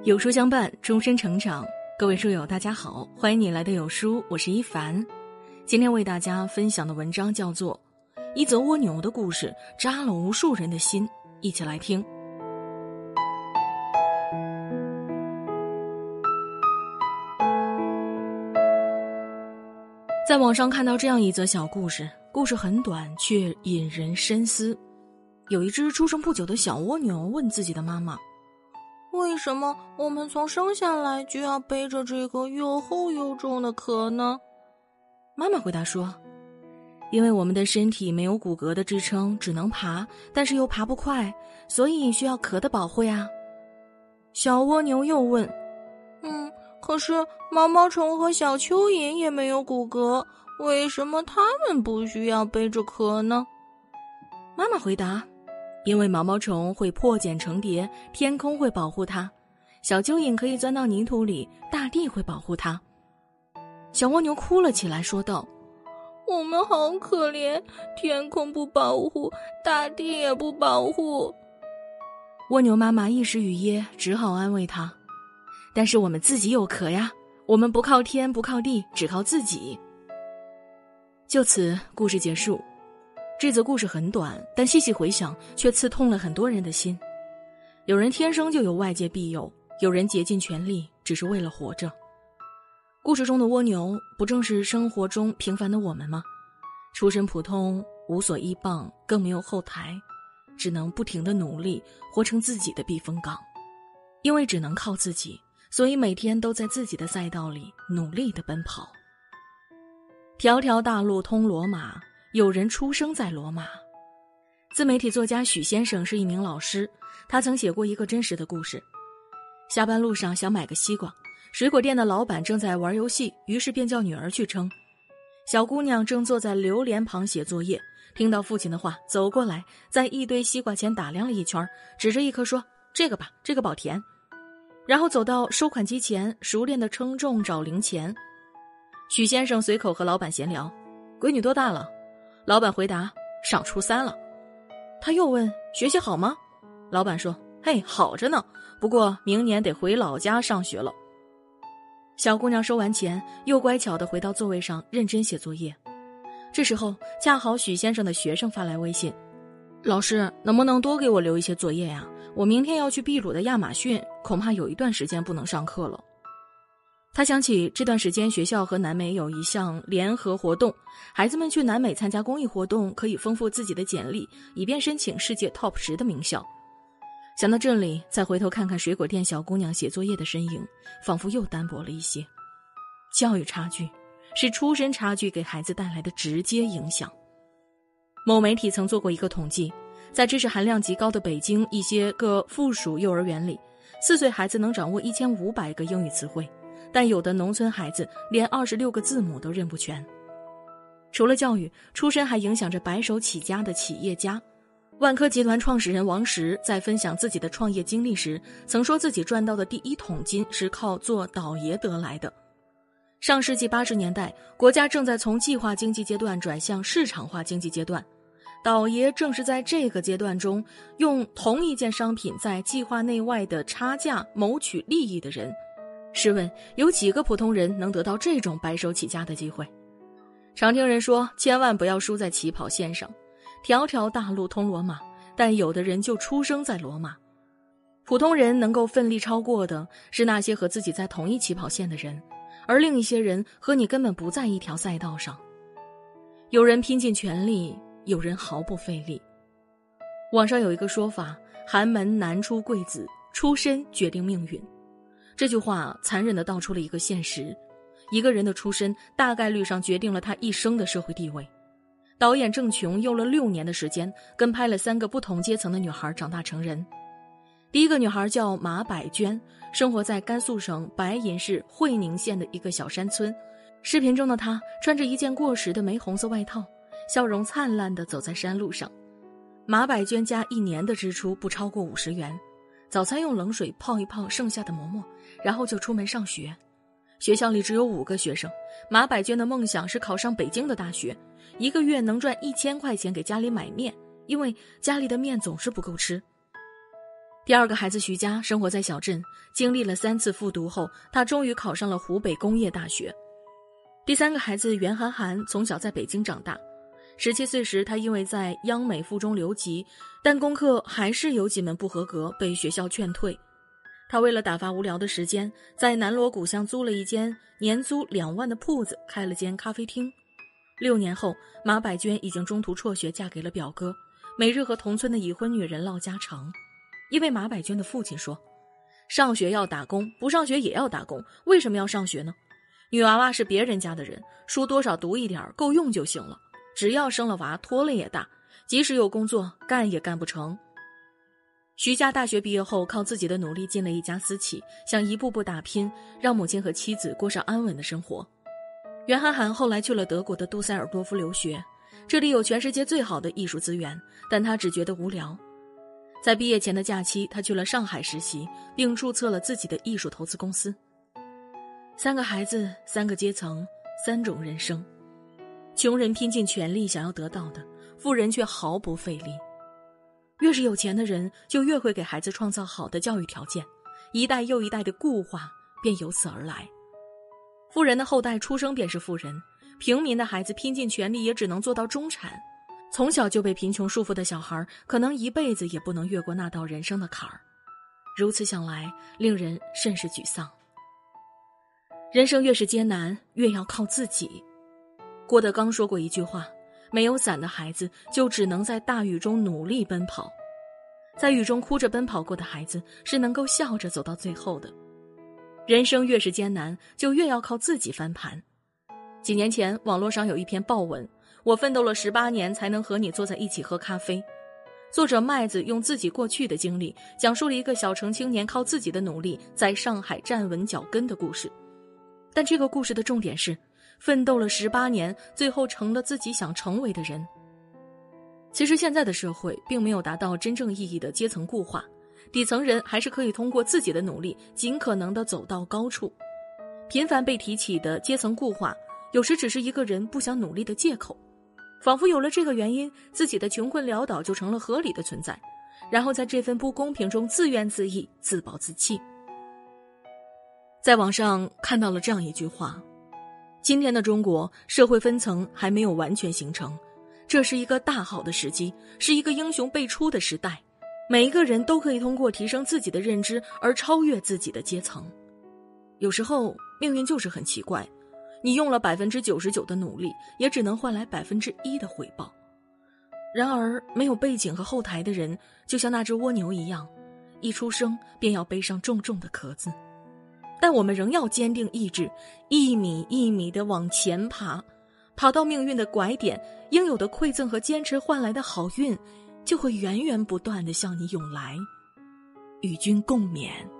有书相伴，终身成长。各位书友大家好，欢迎你来到有书，我是一凡。今天为大家分享的文章叫做一则蜗牛的故事，扎了无数人的心，一起来听。在网上看到这样一则小故事，故事很短，却引人深思。有一只出生不久的小蜗牛问自己的妈妈，为什么我们从生下来就要背着这个又厚又重的壳呢？妈妈回答说，因为我们的身体没有骨骼的支撑，只能爬，但是又爬不快，所以需要壳的保护呀。小蜗牛又问，可是毛毛虫和小蚯蚓也没有骨骼，为什么它们不需要背着壳呢？妈妈回答，因为毛毛虫会破茧成蝶，天空会保护它；小蚯蚓可以钻到泥土里，大地会保护它。小蜗牛哭了起来，说道，我们好可怜，天空不保护，大地也不保护。蜗牛妈妈一时语噎，只好安慰它，但是我们自己有壳呀，我们不靠天不靠地，只靠自己。就此故事结束。这则故事很短，但细细回想却刺痛了很多人的心。有人天生就有外界庇佑，有人竭尽全力只是为了活着。故事中的蜗牛不正是生活中平凡的我们吗？出身普通，无所依傍，更没有后台，只能不停地努力，活成自己的避风港。因为只能靠自己，所以每天都在自己的赛道里努力地奔跑。条条大路通罗马，有人出生在罗马。自媒体作家许先生是一名老师，他曾写过一个真实的故事。下班路上想买个西瓜，水果店的老板正在玩游戏，于是便叫女儿去称。小姑娘正坐在榴莲旁写作业，听到父亲的话，走过来，在一堆西瓜前打量了一圈，指着一颗说，这个吧，这个保甜。然后走到收款机前，熟练地称重找零钱。许先生随口和老板闲聊，闺女多大了？老板回答，上初三了。他又问，学习好吗？老板说，嘿，好着呢，不过明年得回老家上学了。小姑娘收完钱，又乖巧地回到座位上认真写作业。这时候恰好许先生的学生发来微信，老师，能不能多给我留一些作业呀？我明天要去秘鲁的亚马逊，恐怕有一段时间不能上课了。他想起这段时间学校和南美有一项联合活动，孩子们去南美参加公益活动，可以丰富自己的简历，以便申请世界 TOP 10的名校。想到这里，再回头看看水果店小姑娘写作业的身影，仿佛又单薄了一些。教育差距是出身差距给孩子带来的直接影响。某媒体曾做过一个统计，在知识含量极高的北京一些个附属幼儿园里，4岁孩子能掌握1500个英语词汇，但有的农村孩子连26个字母都认不全。除了教育，出身还影响着白手起家的企业家。万科集团创始人王石在分享自己的创业经历时，曾说自己赚到的第一桶金是靠做倒爷得来的。上世纪80年代，国家正在从计划经济阶段转向市场化经济阶段，倒爷正是在这个阶段中，用同一件商品在计划内外的差价谋取利益的人。试问有几个普通人能得到这种白手起家的机会？常听人说，千万不要输在起跑线上。条条大路通罗马，但有的人就出生在罗马。普通人能够奋力超过的是那些和自己在同一起跑线的人，而另一些人和你根本不在一条赛道上。有人拼尽全力，有人毫不费力。网上有一个说法，寒门难出贵子，出身决定命运。这句话残忍地道出了一个现实，一个人的出身大概率上决定了他一生的社会地位。导演郑琼用了6年的时间，跟拍了3个不同阶层的女孩长大成人。第一个女孩叫马百娟，生活在甘肃省白银市会宁县的一个小山村。视频中的她穿着一件过时的玫红色外套，笑容灿烂地走在山路上。马百娟家1年的支出不超过50元，早餐用冷水泡一泡剩下的馍馍，然后就出门上学。学校里只有5个学生，马百娟的梦想是考上北京的大学，一个月能赚1000块钱给家里买面，因为家里的面总是不够吃。 第二个孩子徐佳生活在小镇，经历了3次复读后，他终于考上了湖北工业大学。第三个孩子袁涵涵从小在北京长大，17岁时他因为在央美附中留级，但功课还是有几门不合格，被学校劝退。他为了打发无聊的时间，在南锣鼓巷租了一间年租2万的铺子，开了间咖啡厅。6年后，马百娟已经中途辍学嫁给了表哥，每日和同村的已婚女人唠家常。因为马百娟的父亲说，上学要打工，不上学也要打工，为什么要上学呢？女娃娃是别人家的人，书多少读一点够用就行了，只要生了娃拖累也大，即使有工作干也干不成。徐佳大学毕业后靠自己的努力进了一家私企，想一步步打拼，让母亲和妻子过上安稳的生活。袁涵涵后来去了德国的杜塞尔多夫留学，这里有全世界最好的艺术资源，但他只觉得无聊。在毕业前的假期，他去了上海实习，并注册了自己的艺术投资公司。3个孩子，3个阶层，3种人生。穷人拼尽全力想要得到的，富人却毫不费力。越是有钱的人，就越会给孩子创造好的教育条件，一代又一代的固化便由此而来。富人的后代出生便是富人，平民的孩子拼尽全力也只能做到中产。从小就被贫穷束缚的小孩，可能一辈子也不能越过那道人生的坎儿。如此想来，令人甚是沮丧。人生越是艰难，越要靠自己。郭德纲说过一句话，没有伞的孩子就只能在大雨中努力奔跑。在雨中哭着奔跑过的孩子，是能够笑着走到最后的。人生越是艰难，就越要靠自己翻盘。几年前，网络上有一篇爆文，我奋斗了18年才能和你坐在一起喝咖啡。作者麦子用自己过去的经历，讲述了一个小城青年靠自己的努力在上海站稳脚跟的故事。但这个故事的重点是，奋斗了18年，最后成了自己想成为的人。其实现在的社会并没有达到真正意义的阶层固化，底层人还是可以通过自己的努力，尽可能地走到高处。频繁被提起的阶层固化，有时只是一个人不想努力的借口，仿佛有了这个原因，自己的穷困潦倒就成了合理的存在，然后在这份不公平中自怨自艾，自暴自弃。在网上看到了这样一句话，今天的中国社会分层还没有完全形成，这是一个大好的时机，是一个英雄辈出的时代，每一个人都可以通过提升自己的认知而超越自己的阶层。有时候命运就是很奇怪，你用了99%的努力，也只能换来1%的回报。然而没有背景和后台的人，就像那只蜗牛一样，一出生便要背上重重的壳子。但我们仍要坚定意志，一米一米地往前爬，爬到命运的拐点，应有的馈赠和坚持换来的好运，就会源源不断地向你涌来，与君共勉。